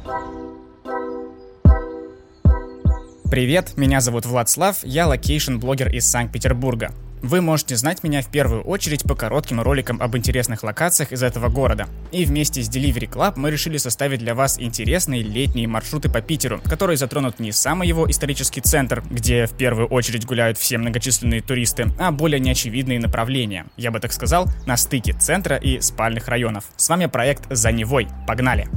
Привет, меня зовут Владслав, я локейшн-блогер из Санкт-Петербурга. Вы можете знать меня в первую очередь по коротким роликам об интересных локациях из этого города. И вместе с Delivery Club мы решили составить для вас интересные летние маршруты по Питеру, которые затронут не самый его исторический центр, где в первую очередь гуляют все многочисленные туристы, а более неочевидные направления, я бы так сказал, на стыке центра и спальных районов. С вами проект «За Невой». Погнали!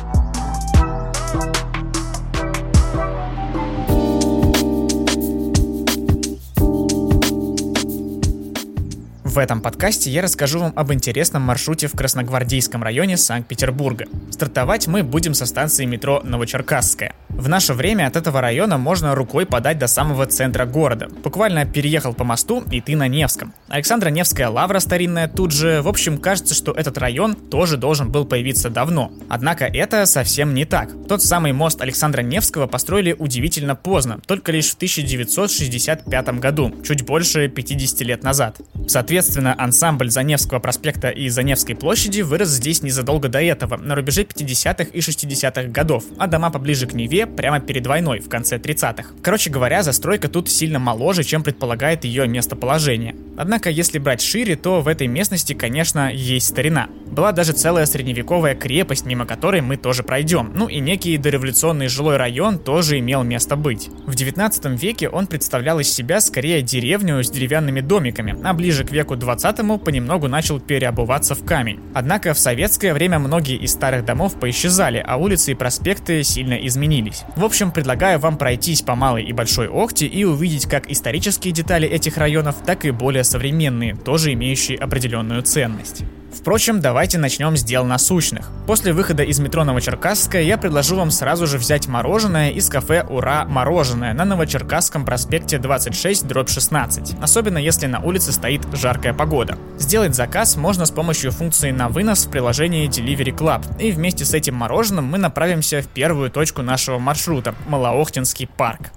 В этом подкасте я расскажу вам об интересном маршруте в Красногвардейском районе Санкт-Петербурга. Стартовать мы будем со станции метро Новочеркасская. В наше время от этого района можно рукой подать до самого центра города. Буквально переехал по мосту, и ты на Невском. Александра Невская лавра старинная тут же. В общем, кажется, что этот район тоже должен был появиться давно. Однако это совсем не так. Тот самый мост Александра Невского построили удивительно поздно, только лишь в 1965 году, чуть больше 50 лет назад. Соответственно, ансамбль Заневского проспекта и Заневской площади вырос здесь незадолго до этого, на рубеже 50-х и 60-х годов, а дома поближе к Неве прямо перед войной, в конце 30-х. Короче говоря, застройка тут сильно моложе, чем предполагает ее местоположение. Однако, если брать шире, то в этой местности, конечно, есть старина. Была даже целая средневековая крепость, мимо которой мы тоже пройдем. Ну и некий дореволюционный жилой район тоже имел место быть. В 19 веке он представлял из себя скорее деревню с деревянными домиками, а ближе к веку 20-му понемногу начал переобуваться в камень. Однако в советское время многие из старых домов поисчезали, а улицы и проспекты сильно изменились. В общем, предлагаю вам пройтись по Малой и Большой Охте и увидеть как исторические детали этих районов, так и более современные, тоже имеющие определенную ценность. Впрочем, давайте начнем с дел насущных. После выхода из метро Новочеркасская я предложу вам сразу же взять мороженое из кафе «Ура! Мороженое» на Новочеркасском проспекте 26/16, особенно если на улице стоит жаркая погода. Сделать заказ можно с помощью функции на вынос в приложении Delivery Club, и вместе с этим мороженым мы направимся в первую точку нашего маршрута – Малоохтинский парк.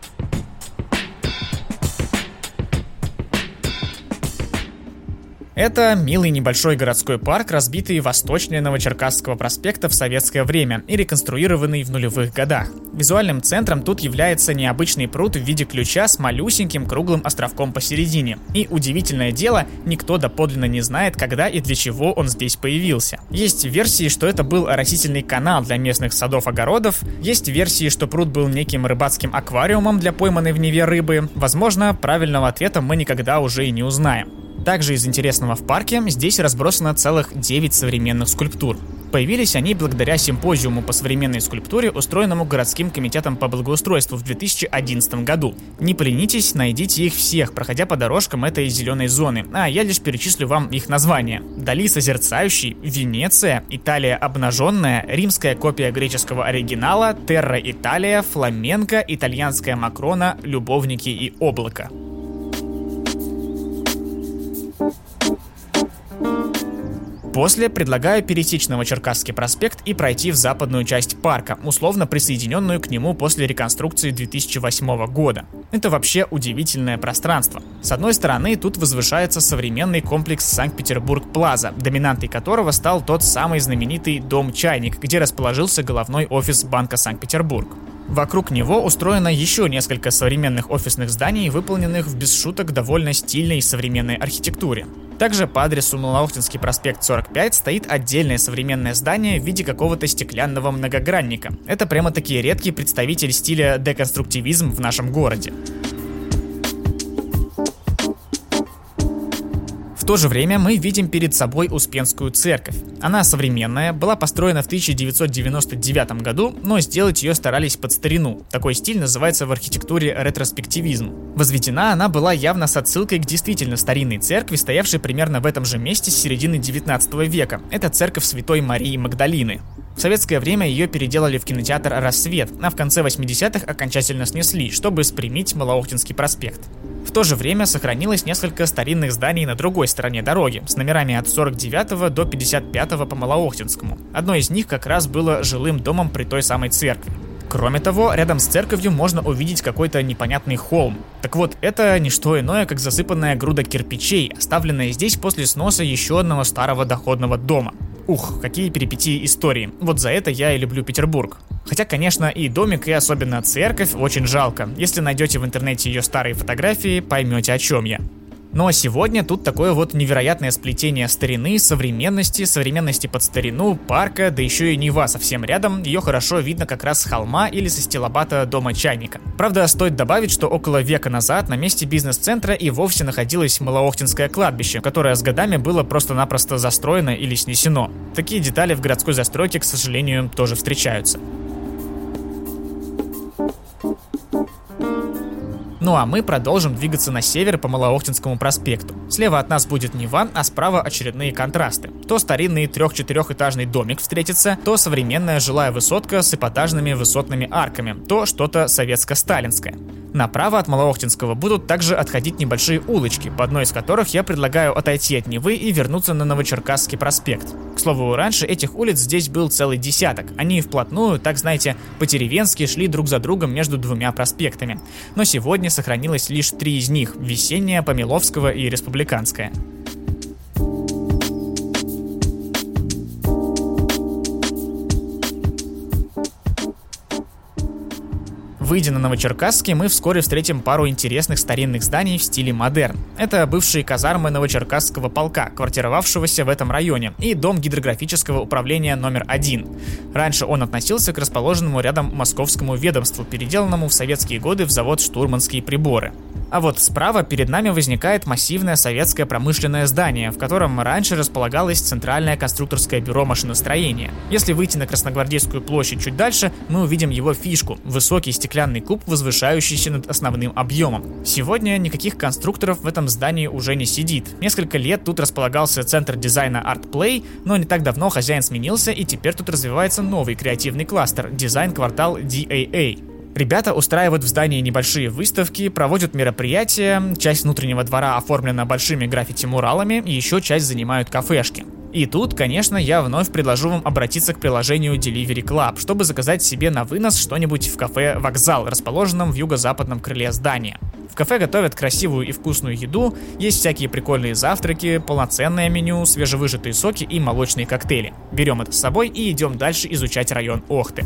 Это милый небольшой городской парк, разбитый восточнее Новочеркасского проспекта в советское время и реконструированный в нулевых годах. Визуальным центром тут является необычный пруд в виде ключа с малюсеньким круглым островком посередине. И удивительное дело, никто доподлинно не знает, когда и для чего он здесь появился. Есть версии, что это был оросительный канал для местных садов-огородов, есть версии, что пруд был неким рыбацким аквариумом для пойманной в Неве рыбы. Возможно, правильного ответа мы никогда уже и не узнаем. Также из интересного в парке здесь разбросано целых 9 современных скульптур. Появились они благодаря симпозиуму по современной скульптуре, устроенному городским комитетом по благоустройству в 2011 году. Не поленитесь, найдите их всех, проходя по дорожкам этой зеленой зоны, а я лишь перечислю вам их названия. Дали Созерцающий, Венеция, Италия обнаженная, римская копия греческого оригинала, Терра Италия, Фламенко, итальянская Макрона, Любовники и Облако. После предлагаю пересечь Новочеркасский проспект и пройти в западную часть парка, условно присоединенную к нему после реконструкции 2008 года. Это вообще удивительное пространство. С одной стороны, тут возвышается современный комплекс Санкт-Петербург-Плаза, доминантой которого стал тот самый знаменитый Дом-чайник, где расположился головной офис Банка Санкт-Петербург. Вокруг него устроено еще несколько современных офисных зданий, выполненных в без шуток довольно стильной и современной архитектуре. Также по адресу Малоохтинский проспект 45 стоит отдельное современное здание в виде какого-то стеклянного многогранника. Это прямо-таки редкий представитель стиля деконструктивизм в нашем городе. В то же время мы видим перед собой Успенскую церковь. Она современная, была построена в 1999 году, но сделать ее старались под старину. Такой стиль называется в архитектуре ретроспективизм. Возведена она была явно с отсылкой к действительно старинной церкви, стоявшей примерно в этом же месте с середины 19 века. Это церковь Святой Марии Магдалины. В советское время ее переделали в кинотеатр «Рассвет», а в конце 80-х окончательно снесли, чтобы спрямить Малоохтинский проспект. В то же время сохранилось несколько старинных зданий на другой стороне дороги, с номерами от 49 до 55 по Малоохтинскому. Одно из них как раз было жилым домом при той самой церкви. Кроме того, рядом с церковью можно увидеть какой-то непонятный холм. Так вот, это не что иное, как засыпанная груда кирпичей, оставленная здесь после сноса еще одного старого доходного дома. Ух, какие перипетии истории. Вот за это я и люблю Петербург. Хотя, конечно, и домик, и особенно церковь очень жалко. Если найдете в интернете ее старые фотографии, поймете, о чем я. Но сегодня тут такое вот невероятное сплетение старины, современности под старину, парка, да еще и Нева совсем рядом. Ее хорошо видно как раз с холма или со стилобата дома чайника. Правда, стоит добавить, что около века назад на месте бизнес-центра и вовсе находилось Малоохтинское кладбище, которое с годами было просто-напросто застроено или снесено. Такие детали в городской застройке, к сожалению, тоже встречаются. Ну а мы продолжим двигаться на север по Малоохтинскому проспекту. Слева от нас будет Нева, а справа очередные контрасты. То старинный 3-4-этажный домик встретится, то современная жилая высотка с эпатажными высотными арками, то что-то советско-сталинское. Направо от Малоохтинского будут также отходить небольшие улочки, по одной из которых я предлагаю отойти от Невы и вернуться на Новочеркасский проспект. К слову, раньше этих улиц здесь был целый десяток. Они вплотную, так знаете, по-деревенски шли друг за другом между двумя проспектами. Но сегодня сохранилось лишь 3 из них – Весенняя, Помиловского и Республиканская. Выйдя на Новочеркасский, мы вскоре встретим пару интересных старинных зданий в стиле модерн. Это бывшие казармы Новочеркасского полка, квартировавшегося в этом районе, и дом гидрографического управления номер 1. Раньше он относился к расположенному рядом московскому ведомству, переделанному в советские годы в завод «Штурманские приборы». А вот справа перед нами возникает массивное советское промышленное здание, в котором раньше располагалось Центральное конструкторское бюро машиностроения. Если выйти на Красногвардейскую площадь чуть дальше, мы увидим его фишку – высокий стеклянный куб, возвышающийся над основным объемом. Сегодня никаких конструкторов в этом здании уже не сидит. Несколько лет тут располагался центр дизайна ArtPlay, но не так давно хозяин сменился, и теперь тут развивается новый креативный кластер – дизайн-квартал DAA. Ребята устраивают в здании небольшие выставки, проводят мероприятия, часть внутреннего двора оформлена большими граффити-муралами, и еще часть занимают кафешки. И тут, конечно, я вновь предложу вам обратиться к приложению Delivery Club, чтобы заказать себе на вынос что-нибудь в кафе «Вокзал», расположенном в юго-западном крыле здания. В кафе готовят красивую и вкусную еду, есть всякие прикольные завтраки, полноценное меню, свежевыжатые соки и молочные коктейли. Берем это с собой и идем дальше изучать район Охты.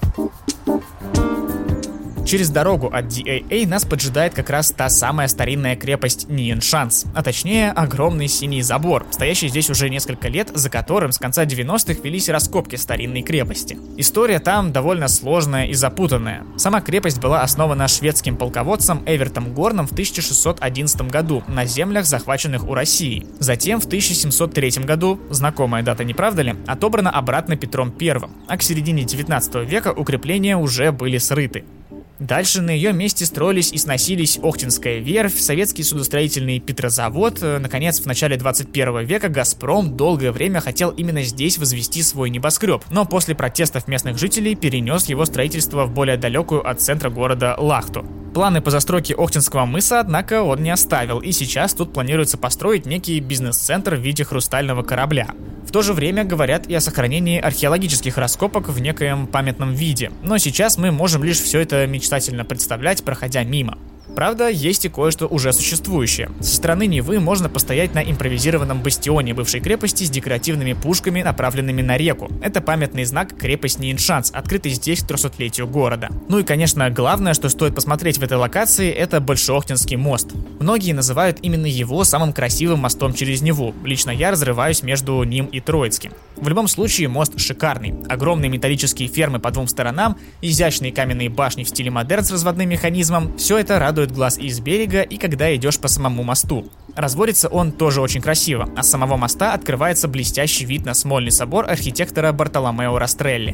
Через дорогу от DAA нас поджидает как раз та самая старинная крепость Ниеншанс, а точнее огромный синий забор, стоящий здесь уже несколько лет, за которым с конца 90-х велись раскопки старинной крепости. История там довольно сложная и запутанная. Сама крепость была основана шведским полководцем Эвертом Горном в 1611 году на землях, захваченных у России. Затем в 1703 году, знакомая дата, не правда ли, отобрана обратно Петром I, а к середине 19 века укрепления уже были срыты. Дальше на ее месте строились и сносились Охтинская верфь, советский судостроительный Петрозавод. Наконец, в начале 21 века «Газпром» долгое время хотел именно здесь возвести свой небоскреб, но после протестов местных жителей перенес его строительство в более далекую от центра города Лахту. Планы по застройке Охтинского мыса, однако, он не оставил, и сейчас тут планируется построить некий бизнес-центр в виде хрустального корабля. В то же время говорят и о сохранении археологических раскопок в некоем памятном виде, но сейчас мы можем лишь все это мечтательно представлять, проходя мимо. Правда, есть и кое-что уже существующее. Со стороны Невы можно постоять на импровизированном бастионе бывшей крепости с декоративными пушками, направленными на реку. Это памятный знак крепость Ниеншанс, открытый здесь к 300-летию города. Ну и, конечно, главное, что стоит посмотреть в этой локации, это Большеохтинский мост. Многие называют именно его самым красивым мостом через Неву. Лично я разрываюсь между ним и Троицким. В любом случае, мост шикарный. Огромные металлические фермы по двум сторонам, изящные каменные башни в стиле модерн с разводным механизмом – все это радует глаз и с берега, и когда идешь по самому мосту. Разводится он тоже очень красиво, а с самого моста открывается блестящий вид на Смольный собор архитектора Бартоломео Растрелли.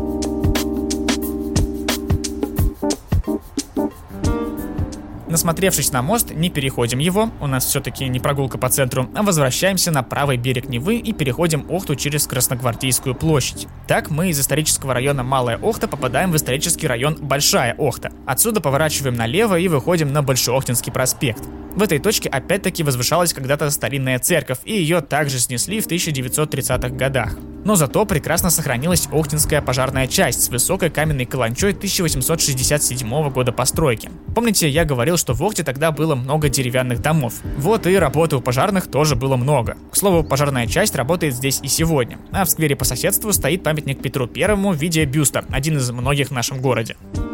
Насмотревшись на мост, не переходим его, у нас все-таки не прогулка по центру, а возвращаемся на правый берег Невы и переходим Охту через Красногвардейскую площадь. Так мы из исторического района Малая Охта попадаем в исторический район Большая Охта. Отсюда поворачиваем налево и выходим на Большеохтинский проспект. В этой точке опять-таки возвышалась когда-то старинная церковь, и ее также снесли в 1930-х годах. Но зато прекрасно сохранилась Охтинская пожарная часть с высокой каменной каланчой 1867 года постройки. Помните, я говорил, что в Охте тогда было много деревянных домов? Вот и работы у пожарных тоже было много. К слову, пожарная часть работает здесь и сегодня. А в сквере по соседству стоит памятник Петру Первому в виде бюста, один из многих в нашем городе.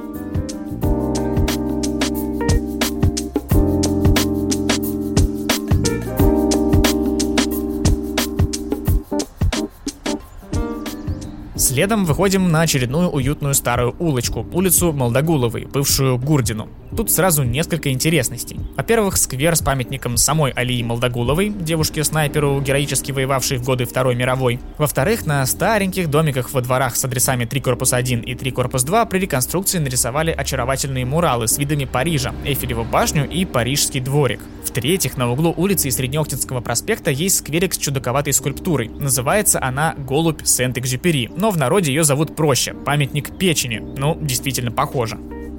Следом выходим на очередную уютную старую улочку, улицу Молдогуловой, бывшую Гурдину. Тут сразу несколько интересностей. Во-первых, сквер с памятником самой Алии Молдогуловой, девушке-снайперу, героически воевавшей в годы Второй мировой. Во-вторых, на стареньких домиках во дворах с адресами 3 корпус 1 и 3 корпус 2 при реконструкции нарисовали очаровательные муралы с видами Парижа, Эйфелеву башню и Парижский дворик. В-третьих, на углу улицы и Среднеохтинского проспекта есть скверик с чудаковатой скульптурой. Называется она «Голубь Сент-Экзюпери», но в народе ее зовут проще – памятник печени. Ну, действительно похоже.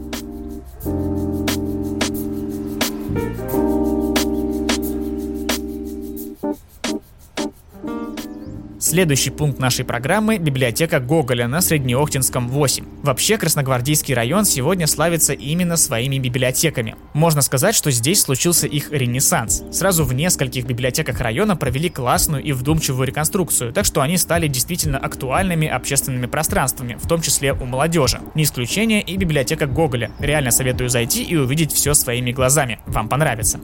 Следующий пункт нашей программы – библиотека Гоголя на Среднеохтинском 8. Вообще, Красногвардейский район сегодня славится именно своими библиотеками. Можно сказать, что здесь случился их ренессанс. Сразу в нескольких библиотеках района провели классную и вдумчивую реконструкцию, так что они стали действительно актуальными общественными пространствами, в том числе у молодежи. Не исключение и библиотека Гоголя. Реально советую зайти и увидеть все своими глазами. Вам понравится.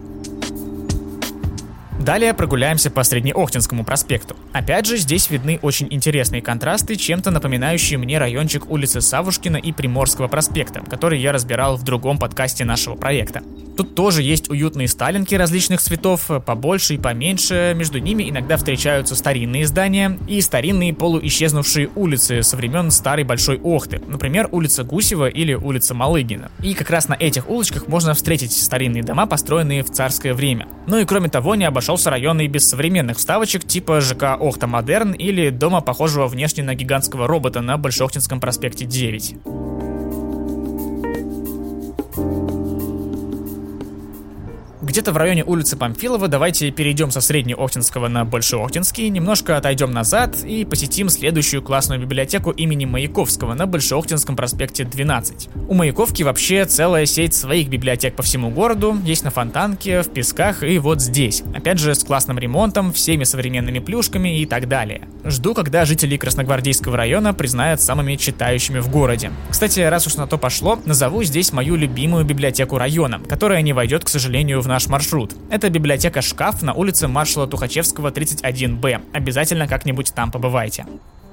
Далее прогуляемся по Среднеохтинскому проспекту. Опять же, здесь видны очень интересные контрасты, чем-то напоминающие мне райончик улицы Савушкина и Приморского проспекта, который я разбирал в другом подкасте нашего проекта. Тут тоже есть уютные сталинки различных цветов, побольше и поменьше, между ними иногда встречаются старинные здания и старинные полуисчезнувшие улицы со времен старой Большой Охты, например, улица Гусева или улица Малыгина. И как раз на этих улочках можно встретить старинные дома, построенные в царское время. Ну и кроме того, не обошелся район и без современных вставочек типа ЖК Охта Модерн или дома, похожего внешне на гигантского робота на Большеохтинском проспекте 9. Где-то в районе улицы Памфилова давайте перейдем со Среднеохтинского на Большеохтинский, немножко отойдем назад и посетим следующую классную библиотеку имени Маяковского на Большеохтинском проспекте 12. У Маяковки вообще целая сеть своих библиотек по всему городу, есть на Фонтанке, в Песках и вот здесь. Опять же, с классным ремонтом, всеми современными плюшками и так далее. Жду, когда жители Красногвардейского района признают самыми читающими в городе. Кстати, раз уж на то пошло, назову здесь мою любимую библиотеку района, которая не войдет, к сожалению, в наш маршрут. Это библиотека «Шкаф» на улице маршала Тухачевского, 31Б. Обязательно как-нибудь там побывайте.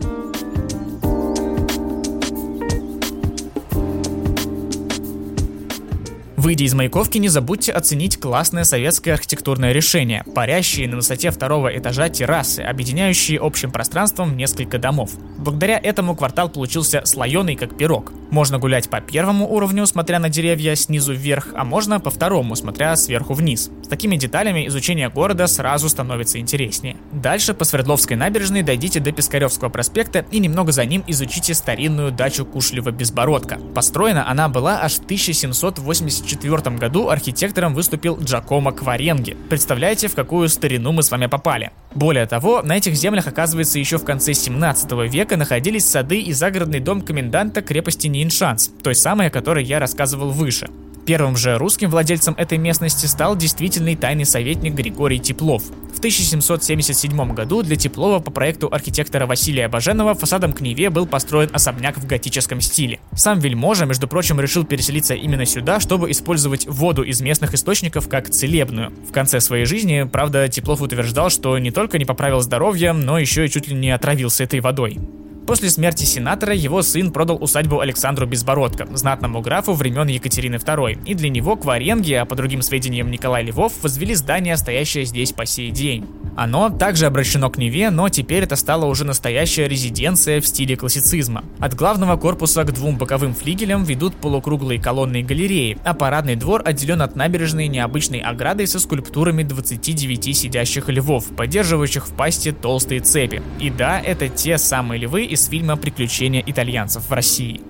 Выйдя из Маяковки, не забудьте оценить классное советское архитектурное решение – парящие на высоте 2-го этажа террасы, объединяющие общим пространством несколько домов. Благодаря этому квартал получился слоеный, как пирог. Можно гулять по первому уровню, смотря на деревья снизу вверх, а можно по второму, смотря сверху вниз. С такими деталями изучение города сразу становится интереснее. Дальше по Свердловской набережной дойдите до Пискаревского проспекта и немного за ним изучите старинную дачу Кушлева-Безбородко. Построена она была аж в 1784 году, архитектором выступил Джакомо Кваренги. Представляете, в какую старину мы с вами попали? Более того, на этих землях, оказывается, еще в конце 17 века находились сады и загородный дом коменданта крепости Ниншанс, той самой, о которой я рассказывал выше. Первым же русским владельцем этой местности стал действительный тайный советник Григорий Теплов. В 1777 году для Теплова по проекту архитектора Василия Баженова фасадом к Неве был построен особняк в готическом стиле. Сам вельможа, между прочим, решил переселиться именно сюда, чтобы использовать воду из местных источников как целебную. В конце своей жизни, правда, Теплов утверждал, что не только не поправил здоровье, но еще и чуть ли не отравился этой водой. После смерти сенатора его сын продал усадьбу Александру Безбородко, знатному графу времен Екатерины II, и для него Кваренги, а по другим сведениям Николай Львов, возвели здание, стоящее здесь по сей день. Оно также обращено к Неве, но теперь это стала уже настоящая резиденция в стиле классицизма. От главного корпуса к двум боковым флигелям ведут полукруглые колонны и галереи, а парадный двор отделен от набережной необычной оградой со скульптурами 29 сидящих львов, поддерживающих в пасти толстые цепи. И да, это те самые львы из фильма «Приключения итальянцев в России».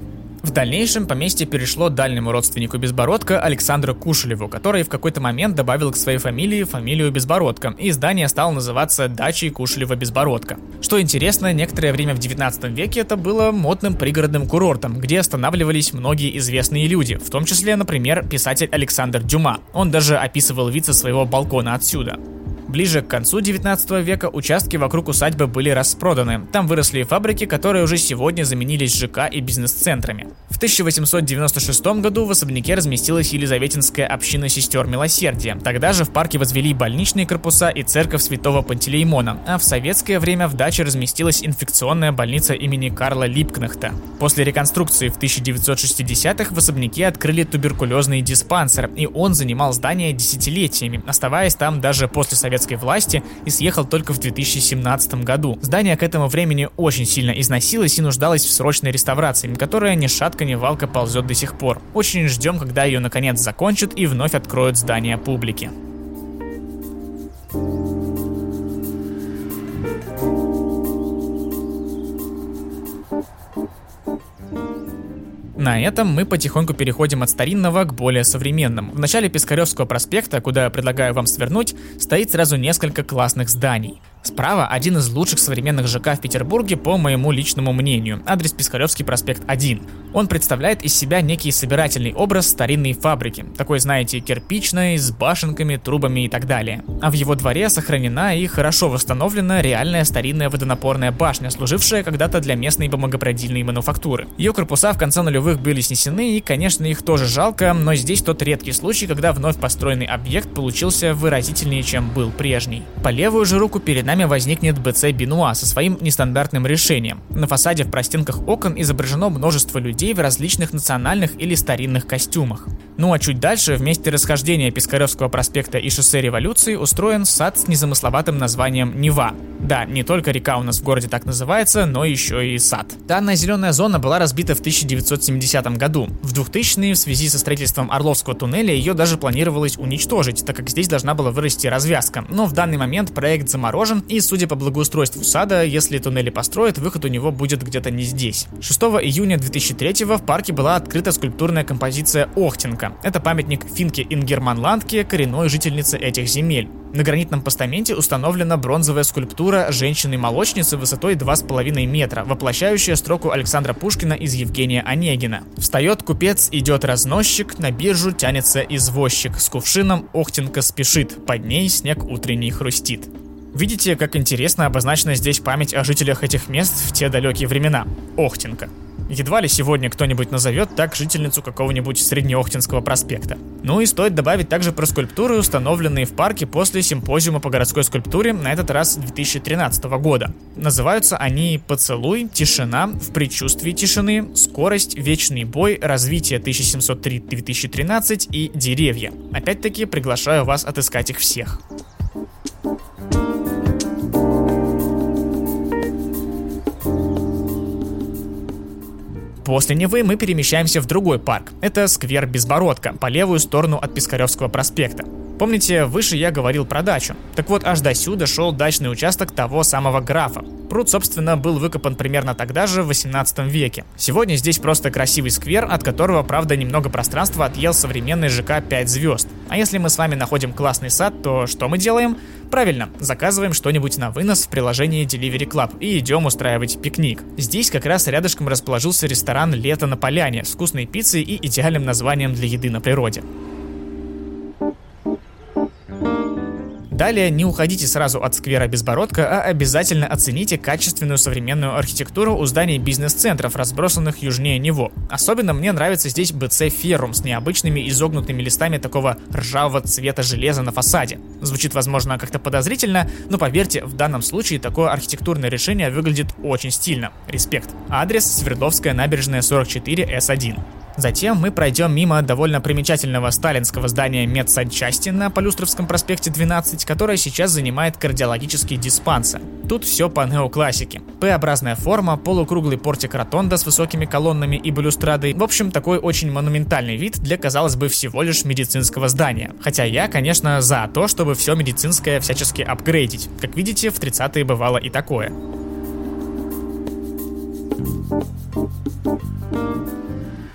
В дальнейшем поместье перешло дальнему родственнику Безбородко Александру Кушелеву, который в какой-то момент добавил к своей фамилии фамилию Безбородко, и здание стало называться дачей Кушелева-Безбородко. Что интересно, некоторое время в 19 веке это было модным пригородным курортом, где останавливались многие известные люди, в том числе, например, писатель Александр Дюма. Он даже описывал вид со своего балкона отсюда. Ближе к концу 19 века участки вокруг усадьбы были распроданы. Там выросли фабрики, которые уже сегодня заменились ЖК и бизнес-центрами. В 1896 году в особняке разместилась Елизаветинская община сестер Милосердия. Тогда же в парке возвели больничные корпуса и церковь святого Пантелеймона, а в советское время в даче разместилась инфекционная больница имени Карла Липкнехта. После реконструкции в 1960-х в особняке открыли туберкулезный диспансер, и он занимал здание десятилетиями, оставаясь там даже после советской власти, и съехал только в 2017 году. Здание к этому времени очень сильно износилось и нуждалось в срочной реставрации, которая ни шатка ни валка ползет до сих пор. Очень ждем, когда ее наконец закончат и вновь откроют здание публике. На этом мы потихоньку переходим от старинного к более современному. В начале Пискаревского проспекта, куда я предлагаю вам свернуть, стоит сразу несколько классных зданий. Справа один из лучших современных ЖК в Петербурге, по моему личному мнению. Адрес Пискаревский проспект 1. Он представляет из себя некий собирательный образ старинной фабрики. Такой, знаете, кирпичной, с башенками, трубами и так далее. А в его дворе сохранена и хорошо восстановлена реальная старинная водонапорная башня, служившая когда-то для местной бумагопродильной мануфактуры. Ее корпуса в конце нулевых были снесены, и, конечно, их тоже жалко, но здесь тот редкий случай, когда вновь построенный объект получился выразительнее, чем был прежний. По левую же руку перед нами возникнет БЦ Бенуа со своим нестандартным решением. На фасаде в простенках окон изображено множество людей в различных национальных или старинных костюмах. Ну а чуть дальше, в месте расхождения Пискаревского проспекта и шоссе Революции, устроен сад с незамысловатым названием Нева. Да, не только река у нас в городе так называется, но еще и сад. Данная зеленая зона была разбита в 1970 году. В 2000-е в связи со строительством Орловского туннеля ее даже планировалось уничтожить, так как здесь должна была вырасти развязка. Но в данный момент проект заморожен, и судя по благоустройству сада, если туннели построят, выход у него будет где-то не здесь. 6 июня 2003 в парке была открыта скульптурная композиция «Охтенка». Это памятник Финке Ингерман Ландке, коренной жительнице этих земель. На гранитном постаменте установлена бронзовая скульптура женщины-молочницы высотой 2,5 метра, воплощающая строку Александра Пушкина из Евгения Онегина. Встает купец, идет разносчик, на биржу тянется извозчик, с кувшином Охтенка спешит, под ней снег утренний хрустит. Видите, как интересно обозначена здесь память о жителях этих мест в те далекие времена. Охтенка. Едва ли сегодня кто-нибудь назовет так жительницу какого-нибудь Среднеохтинского проспекта. Ну и стоит добавить также про скульптуры, установленные в парке после симпозиума по городской скульптуре, на этот раз 2013 года. Называются они «Поцелуй», «Тишина», «В предчувствии тишины», «Скорость», «Вечный бой», «Развитие 1703-2013» и «Деревья». Опять-таки приглашаю вас отыскать их всех. После Невы мы перемещаемся в другой парк. Это сквер Безбородко, по левую сторону от Пискаревского проспекта. Помните, выше я говорил про дачу? Так вот, аж до сюда шел дачный участок того самого графа. Пруд, собственно, был выкопан примерно тогда же, в 18 веке. Сегодня здесь просто красивый сквер, от которого, правда, немного пространства отъел современный ЖК 5 звезд. А если мы с вами находим классный сад, то что мы делаем? Правильно, заказываем что-нибудь на вынос в приложении Delivery Club и идем устраивать пикник. Здесь как раз рядышком расположился ресторан «Лето на поляне» с вкусной пиццей и идеальным названием для еды на природе. Далее не уходите сразу от сквера Безбородко, а обязательно оцените качественную современную архитектуру у зданий бизнес-центров, разбросанных южнее него. Особенно мне нравится здесь БЦ Феррум с необычными изогнутыми листами такого ржавого цвета железа на фасаде. Звучит, возможно, как-то подозрительно, но поверьте, в данном случае такое архитектурное решение выглядит очень стильно. Респект. Адрес: Свердловская набережная 44, С1. Затем мы пройдем мимо довольно примечательного сталинского здания медсанчасти на Полюстровском проспекте 12, которое сейчас занимает кардиологический диспансер. Тут все по неоклассике. П-образная форма, полукруглый портик-ротонда с высокими колоннами и балюстрадой. В общем, такой очень монументальный вид для, казалось бы, всего лишь медицинского здания. Хотя я, конечно, за то, чтобы все медицинское всячески апгрейдить. Как видите, в 30-е бывало и такое.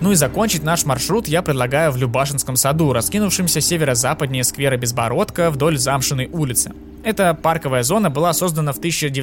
Ну и закончить наш маршрут я предлагаю в Любашинском саду, раскинувшемся северо-западнее сквера Безбородка вдоль Замшиной улицы. Эта парковая зона была создана в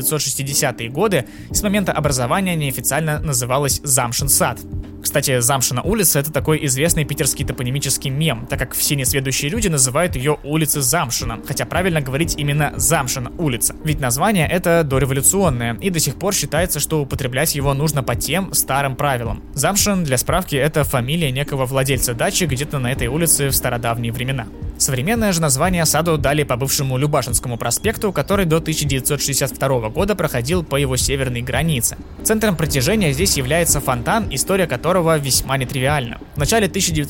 1960-е годы и с момента образования неофициально называлась Замшин сад. Кстати, Замшина улица — это такой известный питерский топонимический мем, так как все несведущие люди называют ее улицей Замшина, хотя правильно говорить именно Замшина улица. Ведь название это дореволюционное, и до сих пор считается, что употреблять его нужно по тем старым правилам. Замшин, для справки, это фамилия некого владельца дачи где-то на этой улице в стародавние времена. Современное же название саду дали по бывшему Любашинскому проспекту, который до 1962 года проходил по его северной границе. Центром притяжения здесь является фонтан, история которого весьма нетривиальна. В начале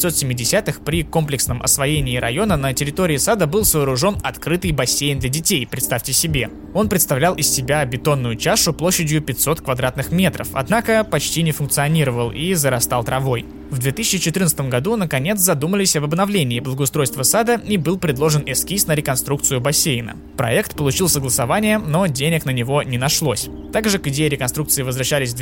1970-х при комплексном освоении района на территории сада был сооружен открытый бассейн для детей, представьте себе. Он представлял из себя бетонную чашу площадью 500 квадратных метров, однако почти не функционировал и зарастал травой. В 2014 году, наконец, задумались об обновлении благоустройства сада и был предложен эскиз на реконструкцию бассейна. Проект получил согласование, но денег на него не нашлось. Также к идее реконструкции возвращались в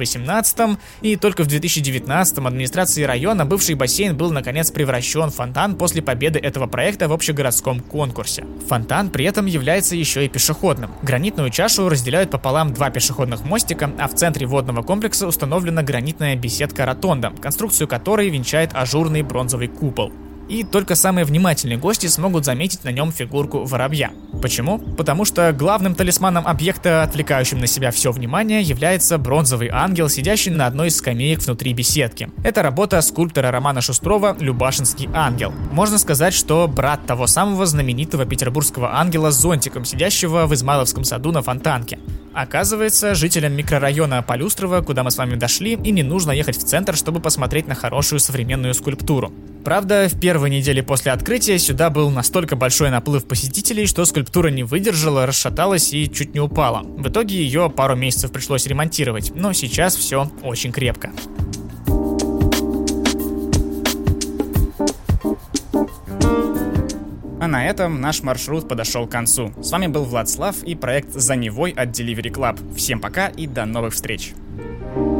2018 и только в 2019 администрации района бывший бассейн был, наконец, превращен в фонтан после победы этого проекта в общегородском конкурсе. Фонтан при этом является еще и пешеходным. Гранитную чашу разделяют пополам два пешеходных мостика, а в центре водного комплекса установлена гранитная беседка-ротонда, конструкцию которой венчает ажурный бронзовый купол. И только самые внимательные гости смогут заметить на нем фигурку воробья. Почему? Потому что главным талисманом объекта, отвлекающим на себя все внимание, является бронзовый ангел, сидящий на одной из скамеек внутри беседки. Это работа скульптора Романа Шустрова «Любашинский ангел». Можно сказать, что брат того самого знаменитого петербургского ангела с зонтиком, сидящего в Измайловском саду на Фонтанке. Оказывается, жителям микрорайона Полюстрово, куда мы с вами дошли, и не нужно ехать в центр, чтобы посмотреть на хорошую современную скульптуру. Правда, в первой неделе после открытия сюда был настолько большой наплыв посетителей, что скульптура не выдержала, расшаталась и чуть не упала. В итоге ее пару месяцев пришлось ремонтировать, но сейчас все очень крепко. А на этом наш маршрут подошел к концу. С вами был Владслав и проект «За Невой» от Delivery Club. Всем пока и до новых встреч!